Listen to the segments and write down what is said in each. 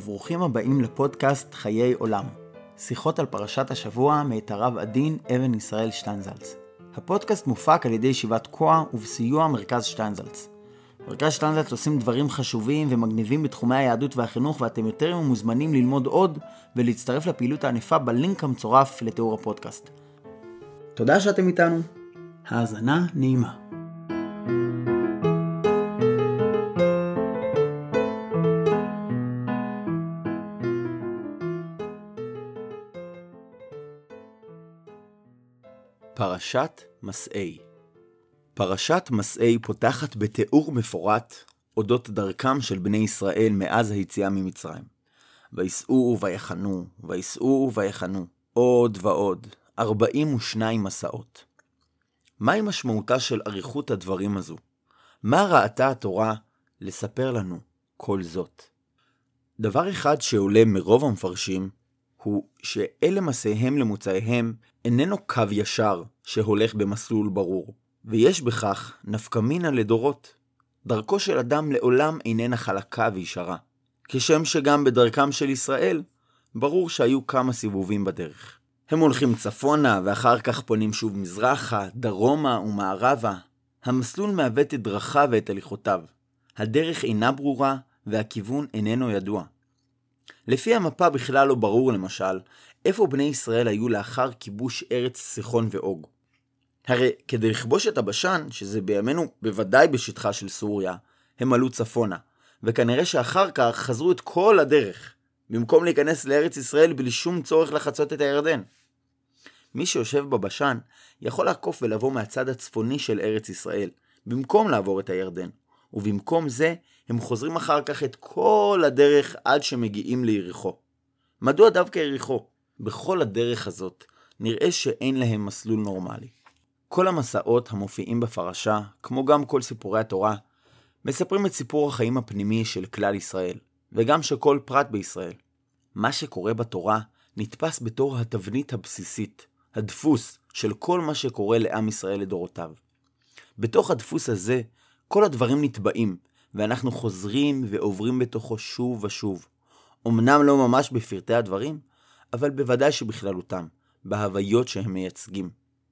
וברוכים הבאים לפודקאסט חיי עולם. שיחות על פרשת השבוע מאת הרב עדין אבן ישראל שטיינזלץ. הפודקאסט מופק על ידי ישיבת כוח ובסיוע מרכז שטיינזלץ. מרכז שטיינזלץ עושים דברים חשובים ומגניבים בתחומי היהדות והחינוך, ואתם יותר מוזמנים ללמוד עוד ולהצטרף לפעילות הענפה בלינק המצורף לתיאור הפודקאסט. תודה שאתם איתנו. האזנה נעימה. פרשת מסעי. פרשת מסעי פותחת בתיאור מפורט אודות דרכם של בני ישראל מאז היציאה ממצרים. ויסעו ויחנו, ויסעו ויחנו, עוד ועוד, 42 מסעות. מהי משמעותה של אריכות הדברים הזו? מה ראתה התורה לספר לנו כל זאת? דבר אחד שעולה מרוב המפרשים הוא שאלה מסעיהם למוצאיהם איננו קו ישר שהולך במסלול ברור, ויש בכך נפקמינה לדורות. דרכו של אדם לעולם איננה חלקה וישרה, כשם שגם בדרכם של ישראל ברור שהיו כמה סיבובים בדרך. הם הולכים צפונה ואחר כך פונים שוב מזרחה, דרומה ומערבה. המסלול מעוות את דרכיו ואת הליכותיו. הדרך אינה ברורה והכיוון איננו ידוע. לפי המפה בכלל לא ברור למשל איפה בני ישראל היו לאחר כיבוש ארץ סיחון ואוג. הרי כדי לכבוש את הבשן, שזה בימינו בוודאי בשטחה של סוריה, הם עלו צפונה, וכנראה שאחר כך חזרו את כל הדרך, במקום להיכנס לארץ ישראל בלי שום צורך לחצות את הירדן. מי שיושב בבשן יכול לעקוף ולבוא מהצד הצפוני של ארץ ישראל, במקום לעבור את הירדן, ובמקום זה הם חוזרים אחר כך את כל הדרך עד שמגיעים ליריחו. מדוע דווקא יריחו? בכל הדרך הזאת נראה שאין להם מסלול נורמלי. כל המסעות המופיעים בפרשה, כמו גם כל סיפורי התורה, מספרים את סיפור החיים הפנימי של כלל ישראל, וגם של כל פרט בישראל. מה שקורה בתורה נתפס בתור התבנית הבסיסית, הדפוס של כל מה שקורה לעם ישראל לדורותיו. בתוך הדפוס הזה, כל הדברים נטבעים, ואנחנו חוזרים ועוברים בתוכו שוב ושוב. אמנם לא ממש בפרטי הדברים, אבל בוודאי שבכללותם, בהוויות שהם מייצגים.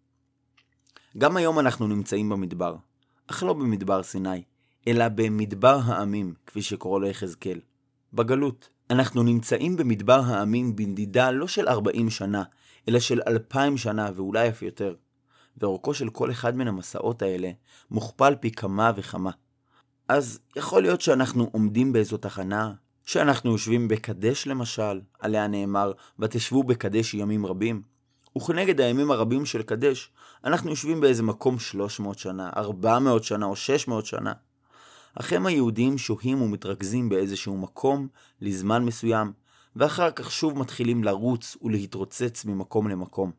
גם היום אנחנו נמצאים במדבר, אך לא במדבר סיני, אלא במדבר העמים, כפי שקורא לו יחזקאל. בגלות, אנחנו נמצאים במדבר העמים בנדידה לא של 40 שנה, אלא של 2000 שנה ואולי אף יותר. ואורכו של כל אחד מן המסעות האלה מוכפל פי כמה וכמה. אז יכול להיות שאנחנו עומדים באיזו תחנה, שאנחנו יושבים בקדש למשל, עליה נאמר, ותשבו בקדש ימים רבים. וכנגד הימים הרבים של קדש, אנחנו יושבים באיזה מקום 300 שנה, 400 שנה או 600 שנה. אך הם היהודים שוהים ומתרכזים באיזשהו מקום לזמן מסוים, ואחר כך שוב מתחילים לרוץ ולהתרוצץ ממקום למקום.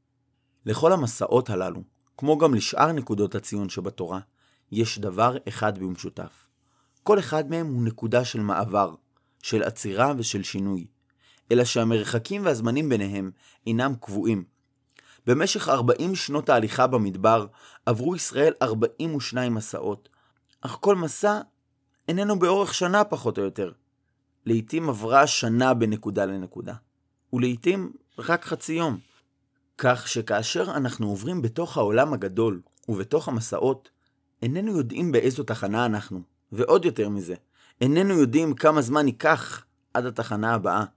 לכל המסעות הללו, כמו גם לשאר נקודות הציון שבתורה, יש דבר אחד במשותף. כל אחד מהם הוא נקודה של מעבר, של עצירה ושל שינוי, אלא שהמרחקים והזמנים ביניהם אינם קבועים. במשך 40 שנות ההליכה במדבר עברו ישראל 42 מסעות, אך כל מסע איננו באורך שנה פחות או יותר. לעתים עברה שנה בנקודה לנקודה, ולעתים רק חצי יום. כך שכאשר אנחנו עוברים בתוך העולם הגדול ובתוך המסעות, איננו יודעים באיזו תחנה אנחנו, ועוד יותר מזה, איננו יודעים כמה זמן ייקח עד התחנה הבאה.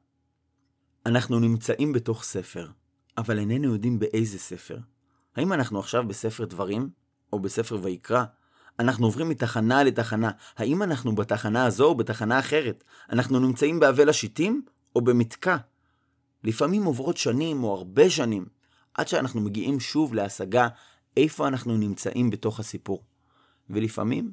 אנחנו נמצאים בתוך ספר, אבל איננו יודעים באיזה ספר. האם אנחנו עכשיו בספר דברים, או בספר ויקרא? אנחנו עוברים מתחנה לתחנה. האם אנחנו בתחנה הזו או בתחנה אחרת? אנחנו נמצאים באבל השיטים או במתקע? לפעמים עוברות שנים או הרבה שנים, עד שאנחנו מגיעים שוב להשגה איפה אנחנו נמצאים בתוך הסיפור. ולפעמים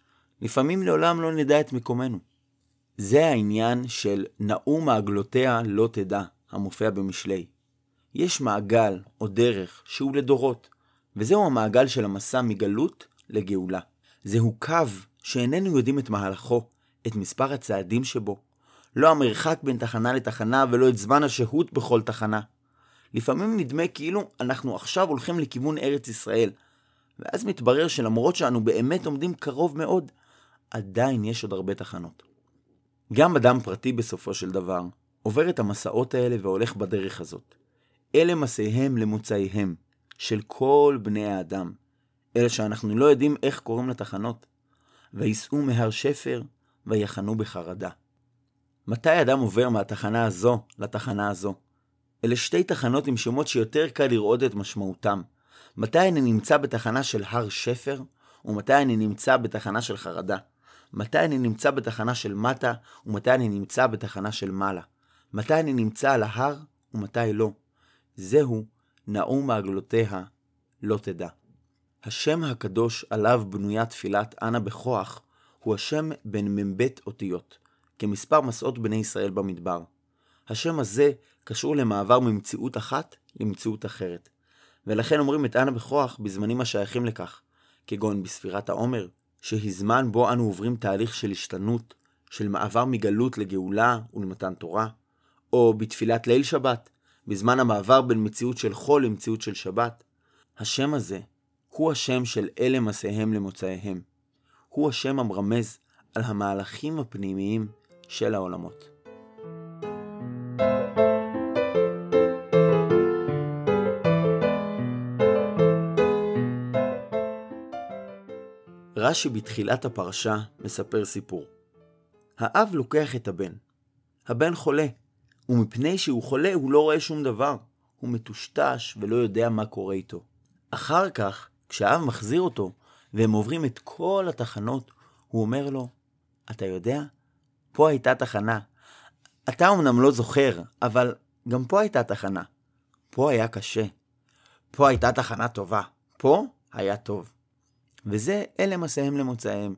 לעולם לא נדע את מקומנו. זה העניין של נאום מעגלותיה לא תדע, המופיע במשלי. יש מעגל או דרך שהוא לדורות, וזהו המעגל של המסע מגלות לגאולה. זהו קו שאיננו יודעים את מהלכו, את מספר הצעדים שבו, לא המרחק בין תחנה לתחנה ולא את זמן השהות בכל תחנה. לפעמים נדמה כאילו אנחנו עכשיו הולכים לכיוון ארץ ישראל, ואז מתברר שלמרות שאנו באמת עומדים קרוב מאוד, עדיין יש עוד הרבה תחנות. גם אדם פרטי בסופו של דבר עובר את המסעות האלה והולך בדרך הזאת. אלה מסעיהם למוצאיהם של כל בני האדם, אלה שאנחנו לא יודעים איך קוראים לתחנות. ויסעו מהר שפר ויחנו בחרדה. מתי אדם עובר מהתחנה הזו לתחנה הזו? אלה שתי תחנות עם שמות שיותר קל לראות את משמעותם. מתי אני נמצא בתחנה של הר שפר, ומתי אני נמצא בתחנה של חרדה? מתי אני נמצא בתחנה של מטה, ומתי אני נמצא בתחנה של מעלה? מתי אני נמצא על ההר, ומתי לא? זהו נאום מעגלותיה לא תדע. השם הקדוש עליו בנויה תפילת אנה בכוח, הוא השם בין מבית אותיות, כמספר מסעות בני ישראל במדבר. השם הזה קשור למעבר ממציאות אחת למציאות אחרת. ולכן אומרים את אנה בכוח בזמנים השייכים לכך, כגון בספירת העומר, שהיא זמן בו אנו עוברים תהליך של השתנות, של מעבר מגלות לגאולה ולמתן תורה, או בתפילת ליל שבת, בזמן המעבר בין מציאות של חול למציאות של שבת. השם הזה הוא השם של אלה מסעיהם למוצאיהם. הוא השם המרמז על המהלכים הפנימיים של העולמות. רש"י בתחילת הפרשה מספר סיפור. האב לוקח את הבן. הבן חולה, ומפני שהוא חולה הוא לא רואה שום דבר. הוא מטושטש ולא יודע מה קורה איתו. אחר כך, כשהאב מחזיר אותו, והם עוברים את כל התחנות, הוא אומר לו, אתה יודע? פה הייתה תחנה. אתה אומנם לא זוכר, אבל גם פה הייתה תחנה. פה היה קשה. פה הייתה תחנה טובה. פה היה טוב. וזה אלה מסעיהם למוצאיהם.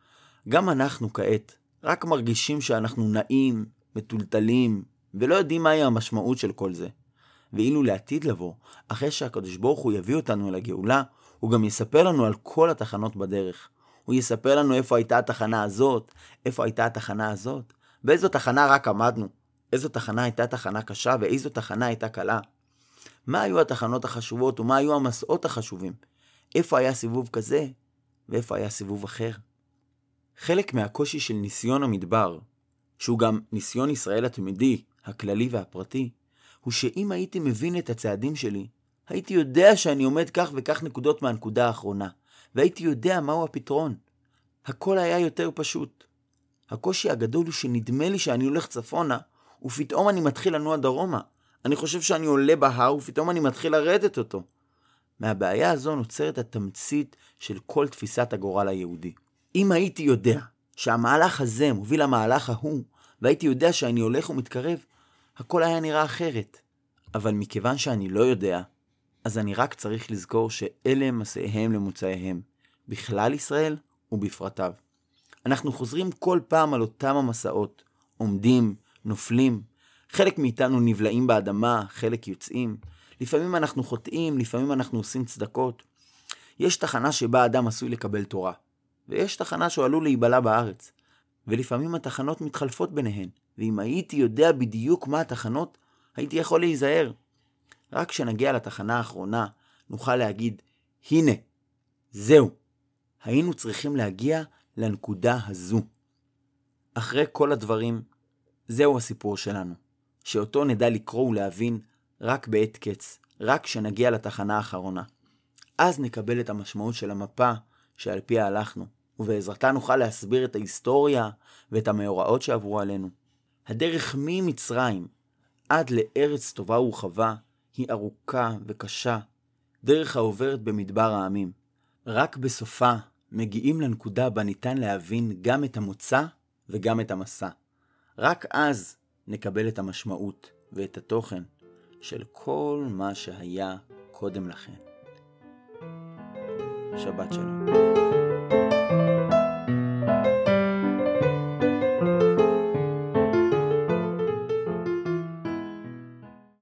גם אנחנו כעת רק מרגישים שאנחנו נעים, מטולטלים, ולא יודעים מהי המשמעות של כל זה. ואילו לעתיד לבוא, אחרי שהקדוש ברוך הוא יביא אותנו לגאולה, הוא גם יספר לנו על כל התחנות בדרך. הוא יספר לנו איפה הייתה התחנה הזאת, איפה הייתה התחנה הזאת, באיזו תחנה רק עמדנו, איזו תחנה הייתה תחנה קשה ואיזו תחנה הייתה קלה. מה היו התחנות החשובות ומה היו המסעות החשובים? איפה היה סיבוב כזה ואיפה היה סיבוב אחר? חלק מהקושי של ניסיון המדבר, שהוא גם ניסיון ישראל התמידי, הכללי והפרטי, הוא שאם הייתי מבין את הצעדים שלי, הייתי יודע שאני עומד כך וכך נקודות מהנקודה האחרונה, והייתי יודע מהו הפתרון. הכל היה יותר פשוט. הקושי הגדול הוא שנדמה לי שאני הולך צפונה, ופתאום אני מתחיל לנוע דרומה. אני חושב שאני עולה בהר, ופתאום אני מתחיל לרדת אותו. מהבעיה הזו נוצרת התמצית של כל תפיסת הגורל היהודי. אם הייתי יודע שהמהלך הזה מוביל למהלך ההוא, והייתי יודע שאני הולך ומתקרב, הכל היה נראה אחרת. אבל מכיוון שאני לא יודע, אז אני רק צריך לזכור שאלה מסעיהם למוצאיהם, בכלל ישראל ובפרטיו. אנחנו חוזרים כל פעם על אותם המסעות, עומדים, נופלים, חלק מאיתנו נבלעים באדמה, חלק יוצאים, לפעמים אנחנו חוטאים, לפעמים אנחנו עושים צדקות. יש תחנה שבה אדם עשוי לקבל תורה, ויש תחנה שהוא עלול להיבלע בארץ, ולפעמים התחנות מתחלפות ביניהן, ואם הייתי יודע בדיוק מה התחנות, הייתי יכול להיזהר. רק כשנגיע לתחנה האחרונה, נוכל להגיד, הנה, זהו. היינו צריכים להגיע לנקודה הזו. אחרי כל הדברים, זהו הסיפור שלנו, שאותו נדע לקרוא ולהבין רק בעת קץ, רק כשנגיע לתחנה האחרונה. אז נקבל את המשמעות של המפה שעל פיה הלכנו, ובעזרתה נוכל להסביר את ההיסטוריה ואת המאורעות שעברו עלינו. הדרך ממצרים עד לארץ טובה ורחבה היא ארוכה וקשה, דרך העוברת במדבר העמים. רק בסופה מגיעים לנקודה בה ניתן להבין גם את המוצא וגם את המסע. רק אז נקבל את המשמעות ואת התוכן של כל מה שהיה קודם לכן. שבת שלום.